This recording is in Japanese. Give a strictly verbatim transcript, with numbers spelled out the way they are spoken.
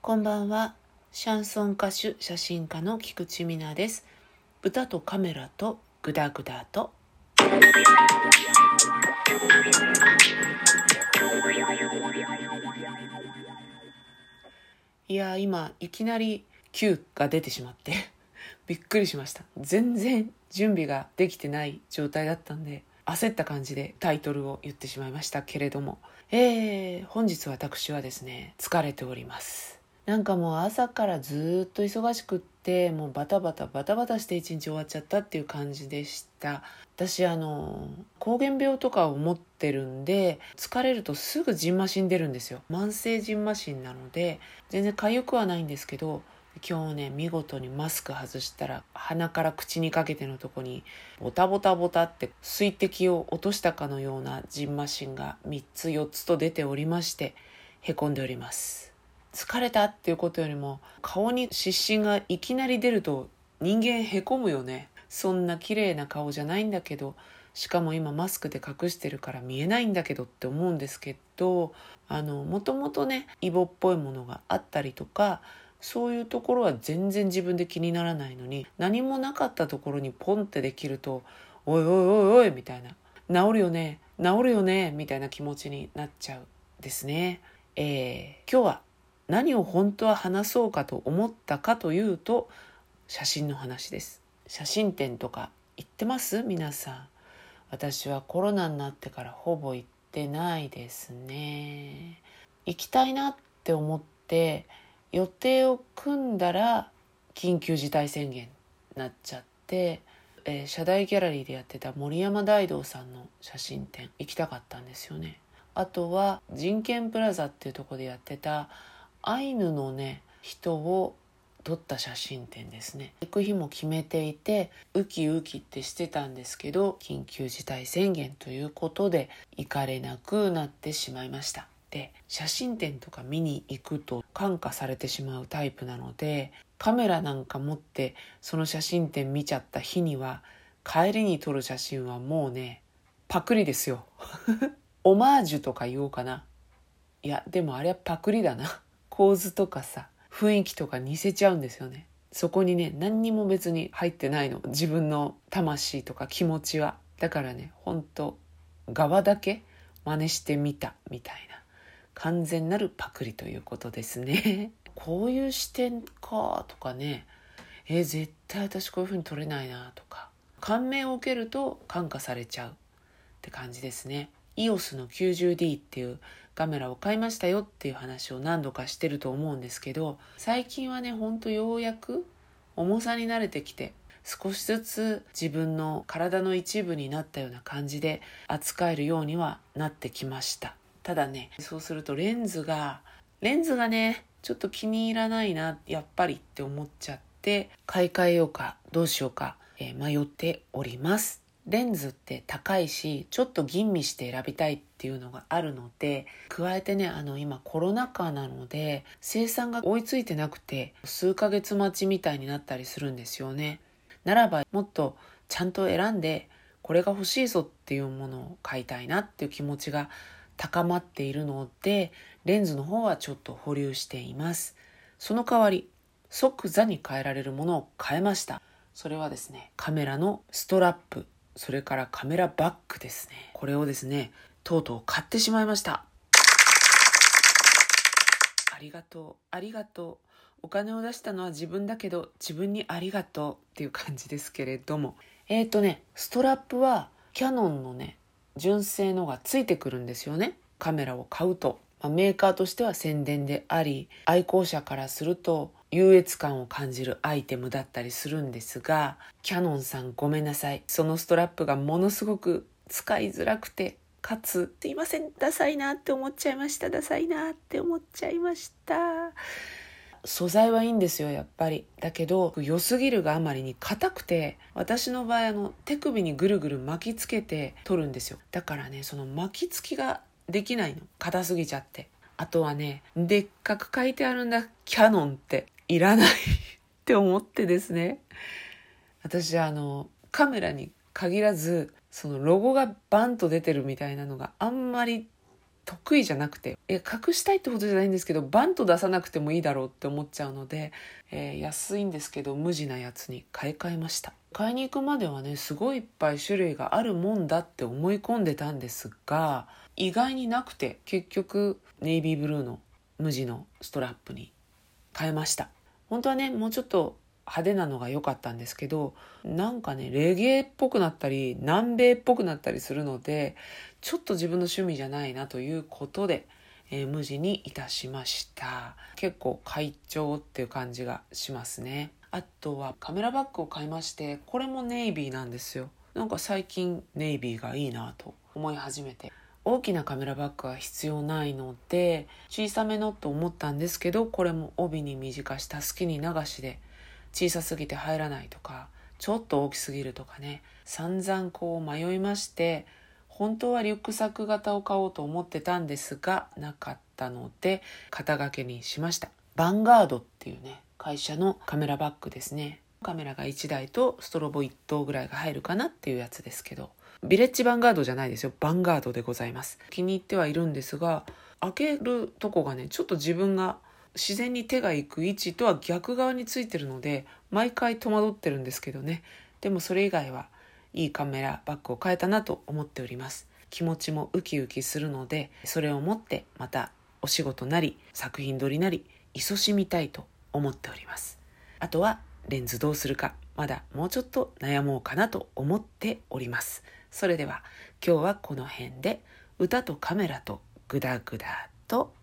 こんばんは。シャンソン歌手、写真家の菊池美奈です。歌とカメラとグダグダと。いやー、今いきなり Q が出てしまってびっくりしました。全然準備ができてない状態だったんで、焦った感じでタイトルを言ってしまいましたけれども、えー、本日私はですね、疲れております。なんかもう朝からずっと忙しくって、もうバタバタバタバタして一日終わっちゃったっていう感じでした。私あの膠原病とかを持ってるんで、疲れるとすぐジンマシン出るんですよ。慢性ジンマシンなので全然痒くはないんですけど、今日ね見事にマスク外したら鼻から口にかけてのとこにボタボタボタって水滴を落としたかのようなジンマシンがみっつよっつと出ておりまして、へこんでおります。疲れたっていうことよりも、顔に湿疹がいきなり出ると人間へこむよね。そんな綺麗な顔じゃないんだけど、しかも今マスクで隠してるから見えないんだけどって思うんですけど、あのもともとねイボっぽいものがあったりとか、そういうところは全然自分で気にならないのに、何もなかったところにポンってできると、おいおいおいおいみたいな、治るよね治るよねみたいな気持ちになっちゃうですね。えー、今日は何を本当は話そうかと思ったかというと、写真の話です。写真展とか行ってます皆さん？私はコロナになってからほぼ行ってないですね。行きたいなって思って予定を組んだら緊急事態宣言になっちゃって、えー、社大ギャラリーでやってた森山大道さんの写真展行きたかったんですよね。あとは人権プラザっていうところでやってたアイヌのね人を撮った写真展ですね。行く日も決めていてウキウキってしてたんですけど、緊急事態宣言ということで行かれなくなってしまいました。で、写真展とか見に行くと感化されてしまうタイプなので、カメラなんか持ってその写真展見ちゃった日には、帰りに撮る写真はもうねパクリですよオマージュとか言おうかな。いやでもあれはパクリだな。構図とかさ雰囲気とか似せちゃうんですよね。そこにね何にも別に入ってないの、自分の魂とか気持ちは。だからねほんと側だけ真似してみたみたいな完全なるパクリということですねこういう視点かとかね、え絶対私こういう風に撮れないなとか、感銘を受けると感化されちゃうって感じですね。 イーオス の きゅうじゅうディー っていうカメラを買いましたよっていう話を何度かしてると思うんですけど、最近はねほんとようやく重さに慣れてきて、少しずつ自分の体の一部になったような感じで扱えるようにはなってきました。ただね、そうするとレンズがレンズがねちょっと気に入らないなやっぱりって思っちゃって、買い替えようかどうしようか、えー、迷っております。レンズって高いし、ちょっと吟味して選びたいっていうのがあるので、加えてねあの今コロナ禍なので生産が追いついてなくて数ヶ月待ちみたいになったりするんですよね。ならばもっとちゃんと選んで、これが欲しいぞっていうものを買いたいなっていう気持ちが高まっているので、レンズの方はちょっと保留しています。その代わり即座に変えられるものを変えました。それはですね、カメラのストラップ、それからカメラバッグですね。これをですねとうとう買ってしまいました。ありがとうありがとう、お金を出したのは自分だけど自分にありがとうっていう感じですけれども、えーとねストラップはキヤノンのね純正のがついてくるんですよね。カメラを買うと、まあ、メーカーとしては宣伝であり、愛好者からすると優越感を感じるアイテムだったりするんですが、キヤノンさんごめんなさい、そのストラップがものすごく使いづらくて、かつすいませんダサいなって思っちゃいましたダサいなって思っちゃいました素材はいいんですよやっぱり。だけど良すぎるがあまりに硬くて、私の場合あの手首にぐるぐる巻きつけて撮るんですよ。だからねその巻きつきができないの、硬すぎちゃって。あとはねでっかく書いてあるんだキヤノンっていらないって思ってですね、私あのカメラに限らずそのロゴがバンと出てるみたいなのがあんまり得意じゃなくて、え隠したいってことじゃないんですけど、バンと出さなくてもいいだろうって思っちゃうので、えー安いんですけど無地なやつに買い替えました。買いに行くまではね、すごいいっぱい種類があるもんだって思い込んでたんですが、意外になくて、結局ネイビーブルーの無地のストラップに変えました。本当はね、もうちょっと派手なのが良かったんですけど、なんかね、レゲエっぽくなったり南米っぽくなったりするので、ちょっと自分の趣味じゃないなということで、えー無地にいたしました。結構快調っていう感じがしますね。あとはカメラバッグを買いまして、これもネイビーなんですよ。なんか最近ネイビーがいいなと思い始めて、大きなカメラバッグは必要ないので小さめのと思ったんですけど、これも帯に短し、たすきに流しで小さすぎて入らないとか、ちょっと大きすぎるとかね、散々こう迷いまして、本当はリュックサック型を買おうと思ってたんですがなかったので肩掛けにしました。ヴァンガードっていうね会社のカメラバッグですね。カメラがいちだいとストロボいっとうぐらいが入るかなっていうやつですけど、ビレッジヴァンガードじゃないですよ、ヴァンガードでございます。気に入ってはいるんですが、開けるとこがねちょっと自分が自然に手が行く位置とは逆側についてるので毎回戸惑ってるんですけどね。でもそれ以外はいいカメラバッグを買えたなと思っております。気持ちもウキウキするので、それを持ってまたお仕事なり作品撮りなり勤しみたいと思っております。あとはレンズどうするか、まだもうちょっと悩もうかなと思っております。それでは今日はこの辺で、歌とカメラとグダグダと